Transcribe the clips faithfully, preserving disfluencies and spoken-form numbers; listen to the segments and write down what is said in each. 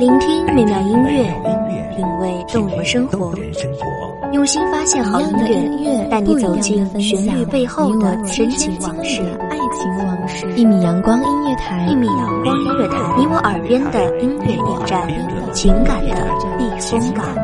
聆听美妙音乐，品味动人生活，用心发现好音乐，带你走进旋律背后的深情往事。 爱情往事，一米阳光音乐台， 一米阳光音乐台，你我耳边的音乐驿站，情感的避风港。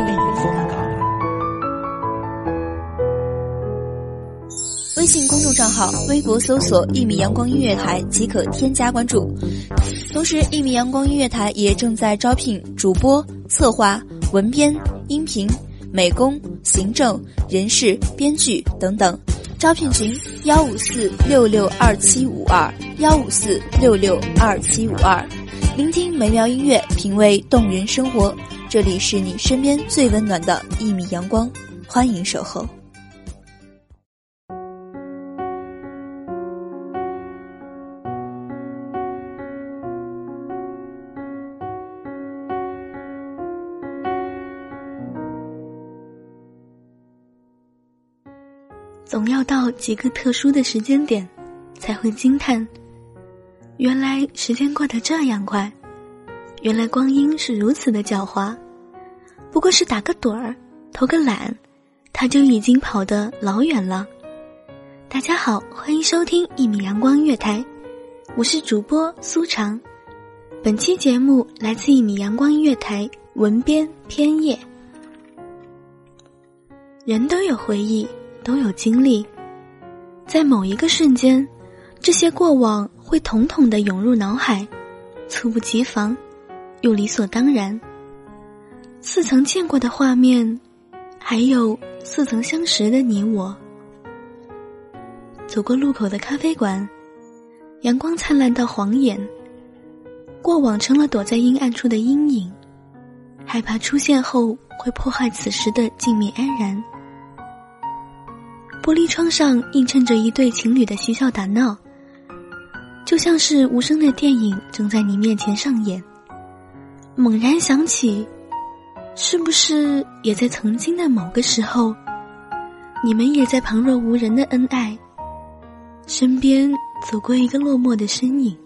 微信公众账号、微博搜索“一米阳光音乐台”即可添加关注。同时，一米阳光音乐台也正在招聘主播、策划、文编、音频、美工、行政、人事、编剧等等。招聘群：幺五四六六二七五二幺五四六六二七五二。聆听美妙音乐，品味动人生活。这里是你身边最温暖的一米阳光，欢迎守候。 总要到几个特殊的时间点，才会惊叹，原来时间过得这样快，原来光阴是如此的狡猾。不过是打个盹儿，投个懒，它就已经跑得老远了。大家好，欢迎收听一米阳光乐台，我是主播苏长。本期节目来自一米阳光音乐台文编偏叶。人都有回忆，都有经历，在某一个瞬间，这些过往会统统地涌入脑海，猝不及防，又理所当然。似曾见过的画面，还有似曾相识的你我。走过路口的咖啡馆，阳光灿烂到晃眼，过往成了躲在阴暗处的阴影，害怕出现后会破坏此时的静谧安然。玻璃窗上映衬着一对情侣的嬉笑打闹，就像是无声的电影正在你面前上演。猛然想起，是不是也在曾经的某个时候，你们也在旁若无人的恩爱，身边走过一个落寞的身影。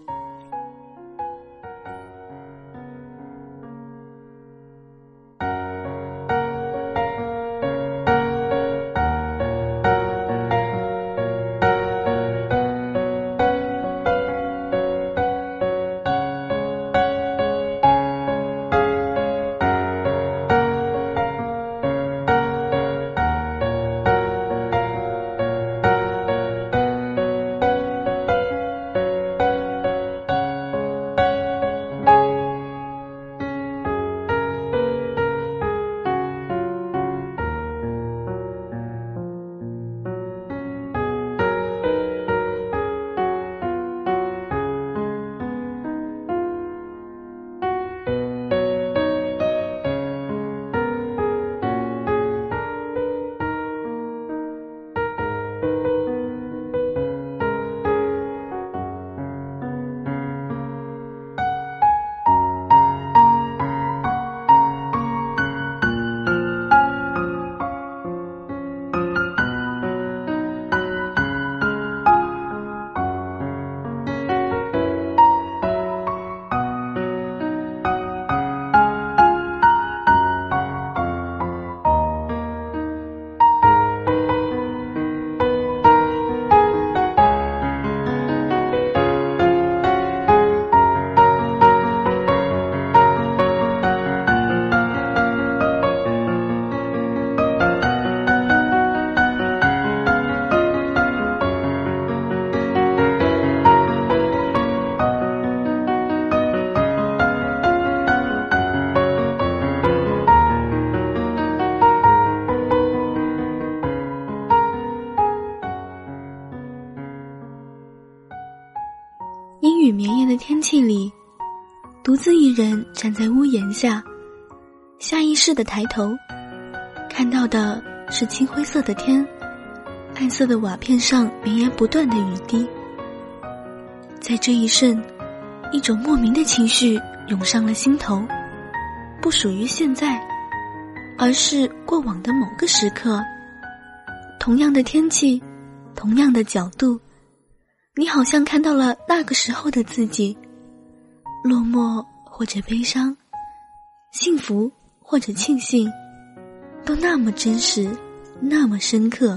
阴雨绵延的天气里，独自一人站在屋檐下，下意识地抬头，看到的是青灰色的天，暗色的瓦片上绵延不断的雨滴。在这一瞬，一种莫名的情绪涌上了心头，不属于现在，而是过往的某个时刻。同样的天气，同样的角度，你好像看到了那个时候的自己，落寞或者悲伤， 幸福或者庆幸，都那么真实，那么深刻。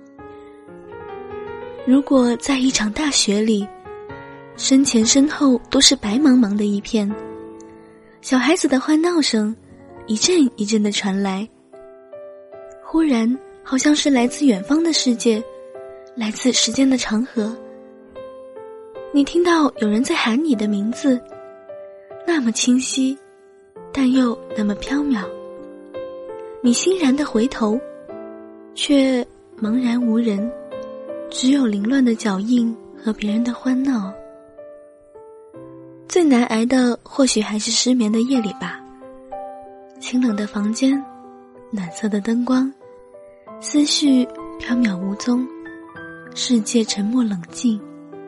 如果在一场大雪里，身前身后都是白茫茫的一片，小孩子的欢闹声一阵一阵的传来，忽然好像是来自远方的世界，来自时间的长河。你听到有人在喊你的名字，那么清晰，但又那么飘渺。你欣然地回头，却茫然无人，只有凌乱的脚印和别人的欢闹。最难挨的或许还是失眠的夜里吧，清冷的房间，暖色的灯光，思绪缥缈无踪，世界沉默冷静。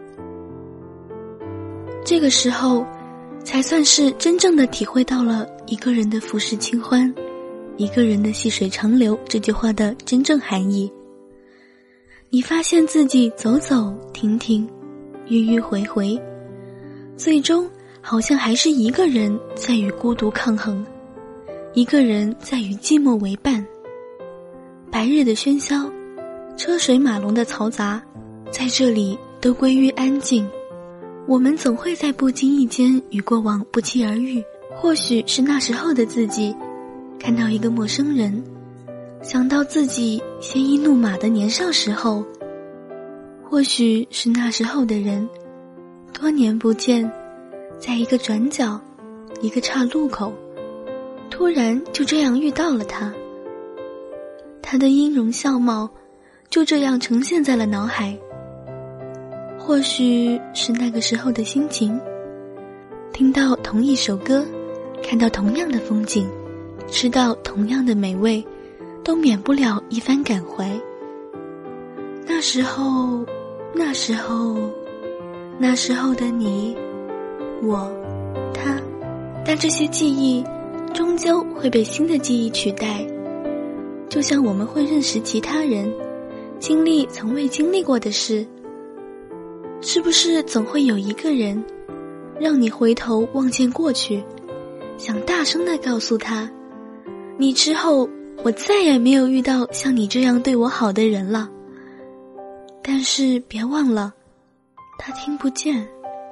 这个时候才算是真正的体会到了一个人的浮世清欢，一个人的细水长流这句话的真正含义。你发现自己走走停停，迂迂回回，最终好像还是一个人在与孤独抗衡，一个人在与寂寞为伴。白日的喧嚣，车水马龙的嘈杂，在这里都归于安静。我们总会在不经意间与过往不期而遇，或许是那时候的自己看到一个陌生人，想到自己鲜衣怒马的年少时候，或许是那时候的人多年不见，在一个转角，一个岔路口，突然就这样遇到了他。他的音容笑貌就这样呈现在了脑海。或许是那个时候的心情，听到同一首歌，看到同样的风景，吃到同样的美味，都免不了一番感怀。那时候，那时候，那时候的你，我，他，但这些记忆终究会被新的记忆取代。就像我们会认识其他人，经历从未经历过的事，是不是总会有一个人，让你回头望见过去，想大声地告诉他，你之后我再也没有遇到像你这样对我好的人了。但是别忘了，他听不见。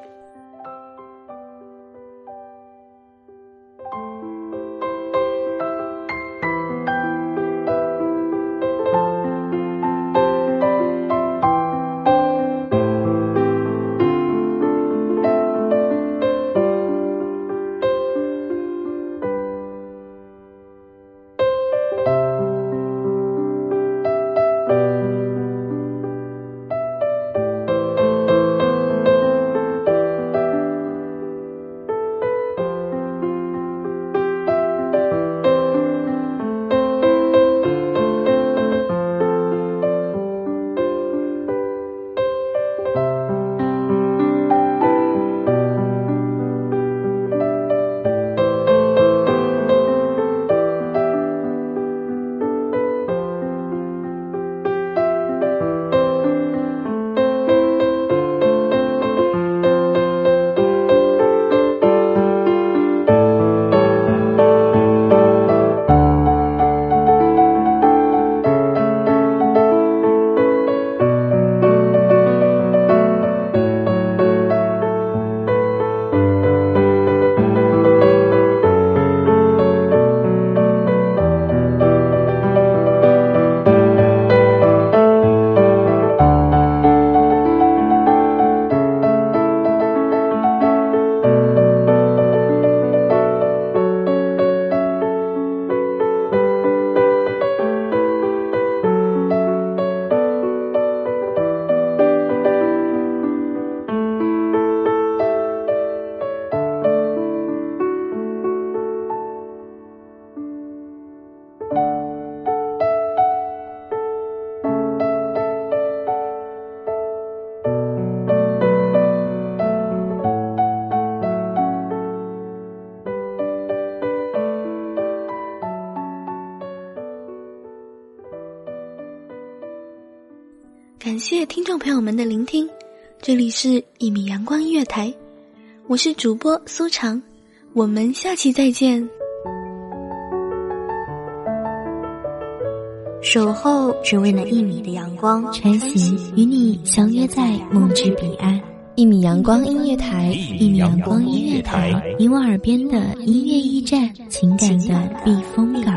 感谢听众朋友们的聆听，这里是一米阳光音乐台，我是主播苏长，我们下期再见。 守候只为那一米的阳光， 穿行与你相约在梦之彼岸。一米阳光音乐台，一米阳光音乐台，你我耳边的音乐驿站，情感的避风港。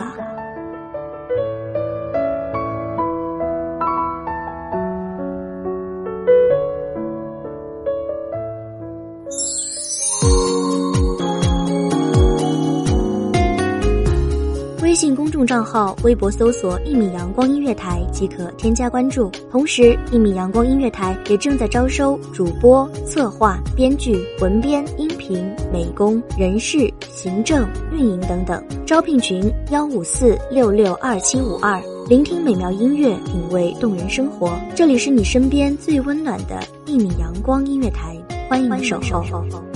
微信公众账号、微博搜索“一米阳光音乐台”即可添加关注。同时，一米阳光音乐台也正在招收主播、策划、编剧、文编、音频、美工、人事、行政、运营等等。招聘群：幺五四六六二七五二。聆听美妙音乐，品味动人生活。这里是你身边最温暖的一米阳光音乐台，欢迎守候。